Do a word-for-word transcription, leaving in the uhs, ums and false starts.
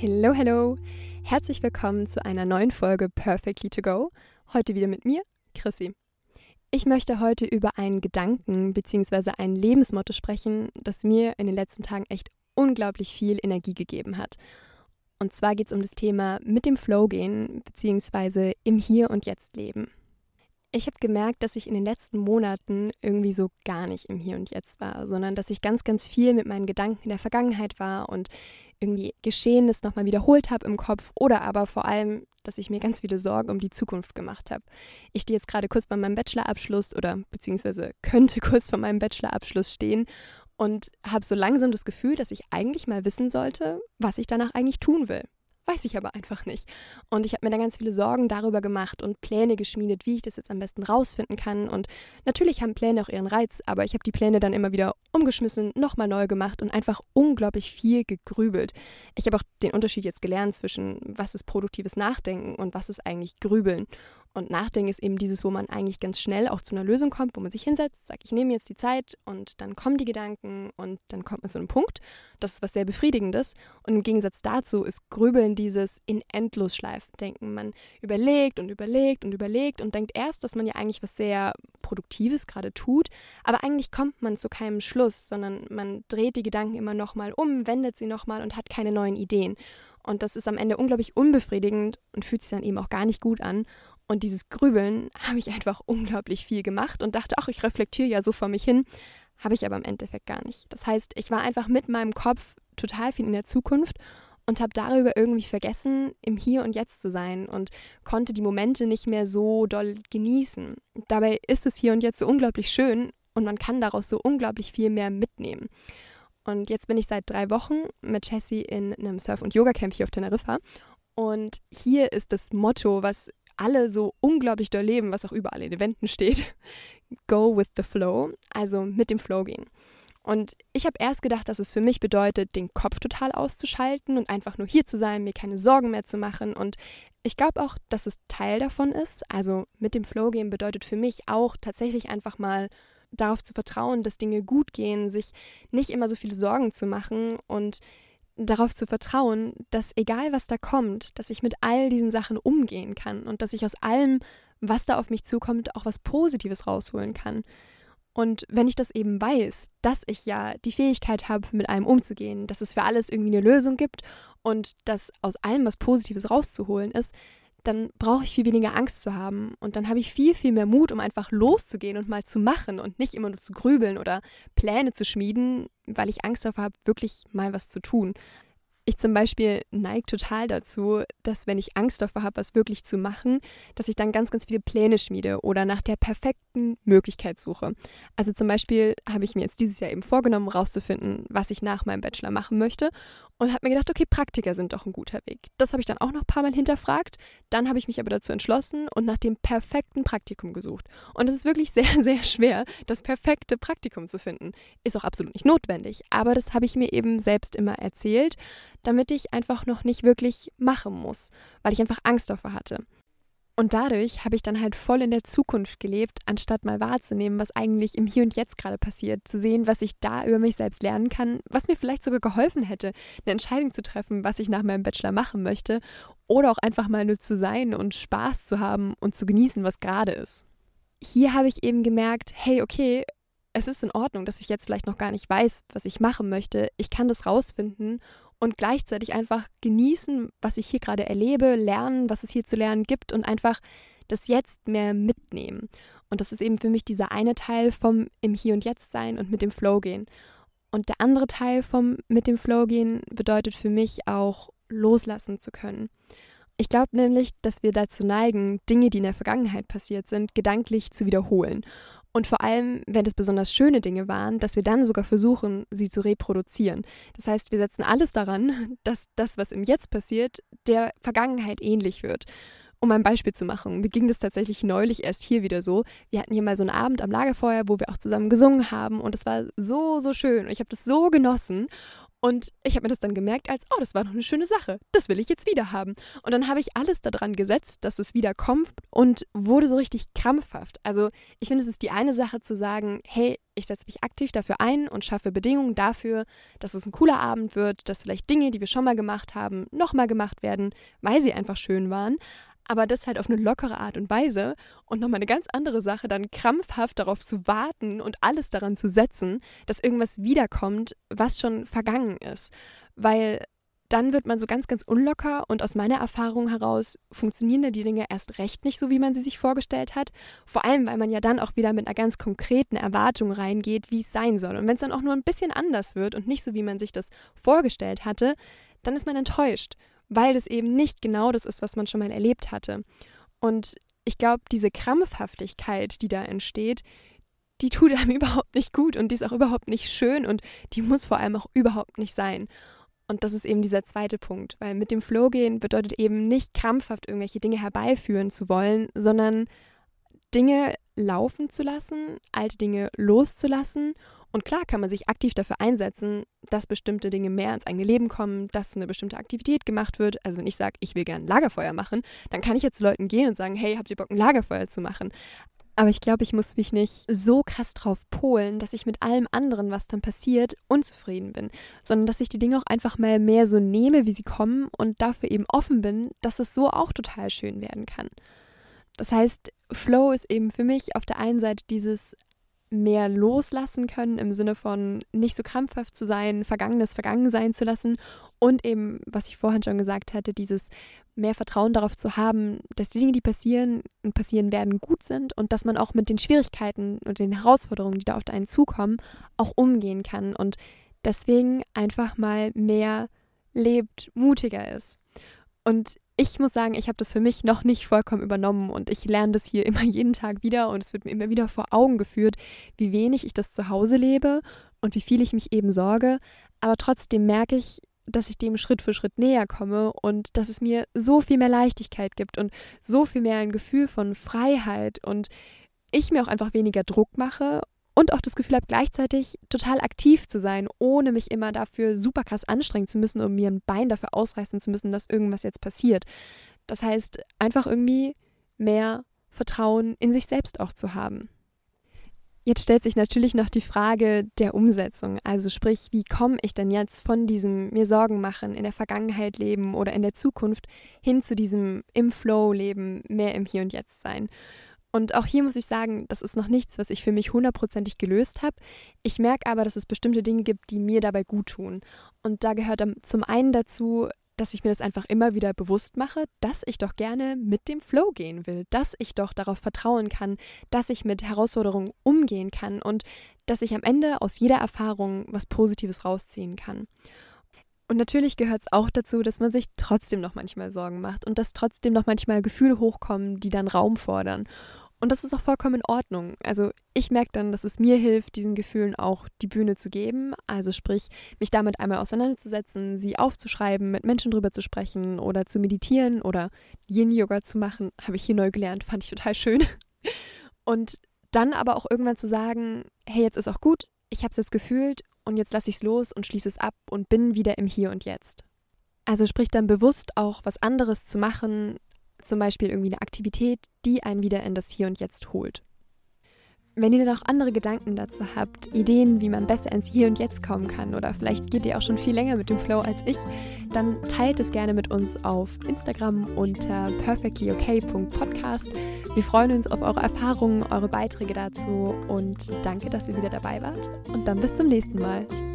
Hello, hello! Herzlich willkommen zu einer neuen Folge Perfectly to Go. Heute wieder mit mir, Chrissy. Ich möchte heute über einen Gedanken bzw. ein Lebensmotto sprechen, das mir in den letzten Tagen echt unglaublich viel Energie gegeben hat. Und zwar geht es um das Thema mit dem Flow gehen bzw. im Hier und Jetzt leben. Ich habe gemerkt, dass ich in den letzten Monaten irgendwie so gar nicht im Hier und Jetzt war, sondern dass ich ganz, ganz viel mit meinen Gedanken in der Vergangenheit war und irgendwie Geschehenes nochmal wiederholt habe im Kopf oder aber vor allem, dass ich mir ganz viele Sorgen um die Zukunft gemacht habe. Ich stehe jetzt gerade kurz vor meinem Bachelorabschluss oder beziehungsweise könnte kurz vor meinem Bachelorabschluss stehen und habe so langsam das Gefühl, dass ich eigentlich mal wissen sollte, was ich danach eigentlich tun will. Weiß ich aber einfach nicht. Und ich habe mir da ganz viele Sorgen darüber gemacht und Pläne geschmiedet, wie ich das jetzt am besten rausfinden kann. Und natürlich haben Pläne auch ihren Reiz, aber ich habe die Pläne dann immer wieder umgeschmissen, nochmal neu gemacht und einfach unglaublich viel gegrübelt. Ich habe auch den Unterschied jetzt gelernt zwischen, was ist produktives Nachdenken und was ist eigentlich Grübeln. Und Nachdenken ist eben dieses, wo man eigentlich ganz schnell auch zu einer Lösung kommt, wo man sich hinsetzt, sagt, ich nehme jetzt die Zeit und dann kommen die Gedanken und dann kommt man zu einem Punkt. Das ist was sehr Befriedigendes. Und im Gegensatz dazu ist Grübeln dieses in Endlosschleifen denken. Man überlegt und überlegt und überlegt und denkt erst, dass man ja eigentlich was sehr Produktives gerade tut, aber eigentlich kommt man zu keinem Schluss, sondern man dreht die Gedanken immer nochmal um, wendet sie nochmal und hat keine neuen Ideen. Und das ist am Ende unglaublich unbefriedigend und fühlt sich dann eben auch gar nicht gut an. Und dieses Grübeln habe ich einfach unglaublich viel gemacht und dachte, ach, ich reflektiere ja so vor mich hin, habe ich aber im Endeffekt gar nicht. Das heißt, ich war einfach mit meinem Kopf total viel in der Zukunft und habe darüber irgendwie vergessen, im Hier und Jetzt zu sein und konnte die Momente nicht mehr so doll genießen. Dabei ist es hier und jetzt so unglaublich schön und man kann daraus so unglaublich viel mehr mitnehmen. Und jetzt bin ich seit drei Wochen mit Jessie in einem Surf- und Yoga-Camp hier auf Teneriffa. Und hier ist das Motto, was alle so unglaublich doll leben, was auch überall in den Wänden steht, go with the flow, also mit dem Flow gehen. Und ich habe erst gedacht, dass es für mich bedeutet, den Kopf total auszuschalten und einfach nur hier zu sein, mir keine Sorgen mehr zu machen. Und ich glaube auch, dass es Teil davon ist. Also mit dem Flow gehen bedeutet für mich auch tatsächlich einfach mal darauf zu vertrauen, dass Dinge gut gehen, sich nicht immer so viele Sorgen zu machen und darauf zu vertrauen, dass egal was da kommt, dass ich mit all diesen Sachen umgehen kann und dass ich aus allem, was da auf mich zukommt, auch was Positives rausholen kann. Und wenn ich das eben weiß, dass ich ja die Fähigkeit habe, mit allem umzugehen, dass es für alles irgendwie eine Lösung gibt und dass aus allem was Positives rauszuholen ist, dann brauche ich viel weniger Angst zu haben und dann habe ich viel, viel mehr Mut, um einfach loszugehen und mal zu machen und nicht immer nur zu grübeln oder Pläne zu schmieden, weil ich Angst davor habe, wirklich mal was zu tun. Ich zum Beispiel neige total dazu, dass wenn ich Angst davor habe, was wirklich zu machen, dass ich dann ganz, ganz viele Pläne schmiede oder nach der perfekten Möglichkeit suche. Also zum Beispiel habe ich mir jetzt dieses Jahr eben vorgenommen, rauszufinden, was ich nach meinem Bachelor machen möchte und habe mir gedacht, okay, Praktika sind doch ein guter Weg. Das habe ich dann auch noch ein paar Mal hinterfragt. Dann habe ich mich aber dazu entschlossen und nach dem perfekten Praktikum gesucht. Und es ist wirklich sehr, sehr schwer, das perfekte Praktikum zu finden. Ist auch absolut nicht notwendig, aber das habe ich mir eben selbst immer erzählt, damit ich einfach noch nicht wirklich machen muss, weil ich einfach Angst davor hatte. Und dadurch habe ich dann halt voll in der Zukunft gelebt, anstatt mal wahrzunehmen, was eigentlich im Hier und Jetzt gerade passiert, zu sehen, was ich da über mich selbst lernen kann, was mir vielleicht sogar geholfen hätte, eine Entscheidung zu treffen, was ich nach meinem Bachelor machen möchte oder auch einfach mal nur zu sein und Spaß zu haben und zu genießen, was gerade ist. Hier habe ich eben gemerkt, hey, okay, es ist in Ordnung, dass ich jetzt vielleicht noch gar nicht weiß, was ich machen möchte. Ich kann das rausfinden und gleichzeitig einfach genießen, was ich hier gerade erlebe, lernen, was es hier zu lernen gibt und einfach das Jetzt mehr mitnehmen. Und das ist eben für mich dieser eine Teil vom im Hier und Jetzt sein und mit dem Flow gehen. Und der andere Teil vom mit dem Flow gehen bedeutet für mich auch loslassen zu können. Ich glaube nämlich, dass wir dazu neigen, Dinge, die in der Vergangenheit passiert sind, gedanklich zu wiederholen. Und vor allem, wenn es besonders schöne Dinge waren, dass wir dann sogar versuchen, sie zu reproduzieren. Das heißt, wir setzen alles daran, dass das, was im Jetzt passiert, der Vergangenheit ähnlich wird. Um ein Beispiel zu machen, mir ging das tatsächlich neulich erst hier wieder so. Wir hatten hier mal so einen Abend am Lagerfeuer, wo wir auch zusammen gesungen haben und es war so, so schön und ich habe das so genossen. Und ich habe mir das dann gemerkt als, oh, das war doch eine schöne Sache, das will ich jetzt wieder haben. Und dann habe ich alles daran gesetzt, dass es wieder kommt und wurde so richtig krampfhaft. Also ich finde, es ist die eine Sache zu sagen, hey, ich setze mich aktiv dafür ein und schaffe Bedingungen dafür, dass es ein cooler Abend wird, dass vielleicht Dinge, die wir schon mal gemacht haben, nochmal gemacht werden, weil sie einfach schön waren. Aber das halt auf eine lockere Art und Weise und nochmal eine ganz andere Sache, dann krampfhaft darauf zu warten und alles daran zu setzen, dass irgendwas wiederkommt, was schon vergangen ist. Weil dann wird man so ganz, ganz unlocker und aus meiner Erfahrung heraus funktionieren da die Dinge erst recht nicht so, wie man sie sich vorgestellt hat. Vor allem, weil man ja dann auch wieder mit einer ganz konkreten Erwartung reingeht, wie es sein soll. Und wenn es dann auch nur ein bisschen anders wird und nicht so, wie man sich das vorgestellt hatte, dann ist man enttäuscht, weil das eben nicht genau das ist, was man schon mal erlebt hatte. Und ich glaube, diese Krampfhaftigkeit, die da entsteht, die tut einem überhaupt nicht gut und die ist auch überhaupt nicht schön und die muss vor allem auch überhaupt nicht sein. Und das ist eben dieser zweite Punkt, weil mit dem Flow gehen bedeutet eben nicht krampfhaft irgendwelche Dinge herbeiführen zu wollen, sondern Dinge laufen zu lassen, alte Dinge loszulassen. Und klar kann man sich aktiv dafür einsetzen, dass bestimmte Dinge mehr ins eigene Leben kommen, dass eine bestimmte Aktivität gemacht wird. Also wenn ich sage, ich will gerne ein Lagerfeuer machen, dann kann ich jetzt zu Leuten gehen und sagen, hey, habt ihr Bock, ein Lagerfeuer zu machen? Aber ich glaube, ich muss mich nicht so krass drauf polen, dass ich mit allem anderen, was dann passiert, unzufrieden bin, sondern dass ich die Dinge auch einfach mal mehr so nehme, wie sie kommen und dafür eben offen bin, dass es so auch total schön werden kann. Das heißt, Flow ist eben für mich auf der einen Seite dieses mehr loslassen können, im Sinne von nicht so krampfhaft zu sein, Vergangenes vergangen sein zu lassen und eben, was ich vorhin schon gesagt hatte, dieses mehr Vertrauen darauf zu haben, dass die Dinge, die passieren und passieren werden, gut sind und dass man auch mit den Schwierigkeiten und den Herausforderungen, die da auf einen zukommen, auch umgehen kann und deswegen einfach mal mehr lebt, mutiger ist. Und ich muss sagen, ich habe das für mich noch nicht vollkommen übernommen und ich lerne das hier immer jeden Tag wieder und es wird mir immer wieder vor Augen geführt, wie wenig ich das zu Hause lebe und wie viel ich mich eben sorge. Aber trotzdem merke ich, dass ich dem Schritt für Schritt näher komme und dass es mir so viel mehr Leichtigkeit gibt und so viel mehr ein Gefühl von Freiheit und ich mir auch einfach weniger Druck mache und auch das Gefühl habe, gleichzeitig total aktiv zu sein, ohne mich immer dafür super krass anstrengen zu müssen und mir ein Bein dafür ausreißen zu müssen, dass irgendwas jetzt passiert. Das heißt, einfach irgendwie mehr Vertrauen in sich selbst auch zu haben. Jetzt stellt sich natürlich noch die Frage der Umsetzung. Also sprich, wie komme ich denn jetzt von diesem mir Sorgen machen, in der Vergangenheit leben oder in der Zukunft hin zu diesem im Flow leben, mehr im Hier und Jetzt sein? Und auch hier muss ich sagen, das ist noch nichts, was ich für mich hundertprozentig gelöst habe. Ich merke aber, dass es bestimmte Dinge gibt, die mir dabei gut tun. Und da gehört dann zum einen dazu, dass ich mir das einfach immer wieder bewusst mache, dass ich doch gerne mit dem Flow gehen will, dass ich doch darauf vertrauen kann, dass ich mit Herausforderungen umgehen kann und dass ich am Ende aus jeder Erfahrung was Positives rausziehen kann. Und natürlich gehört es auch dazu, dass man sich trotzdem noch manchmal Sorgen macht und dass trotzdem noch manchmal Gefühle hochkommen, die dann Raum fordern. Und das ist auch vollkommen in Ordnung. Also ich merke dann, dass es mir hilft, diesen Gefühlen auch die Bühne zu geben. Also sprich, mich damit einmal auseinanderzusetzen, sie aufzuschreiben, mit Menschen drüber zu sprechen oder zu meditieren oder Yin-Yoga zu machen. Habe ich hier neu gelernt, fand ich total schön. Und dann aber auch irgendwann zu sagen, hey, jetzt ist auch gut, ich habe es jetzt gefühlt und jetzt lasse ich es los und schließe es ab und bin wieder im Hier und Jetzt. Also sprich dann bewusst auch was anderes zu machen, zum Beispiel irgendwie eine Aktivität, die einen wieder in das Hier und Jetzt holt. Wenn ihr noch andere Gedanken dazu habt, Ideen, wie man besser ins Hier und Jetzt kommen kann oder vielleicht geht ihr auch schon viel länger mit dem Flow als ich, dann teilt es gerne mit uns auf Instagram unter perfectly okay punkt podcast. Wir freuen uns auf eure Erfahrungen, eure Beiträge dazu und danke, dass ihr wieder dabei wart und dann bis zum nächsten Mal.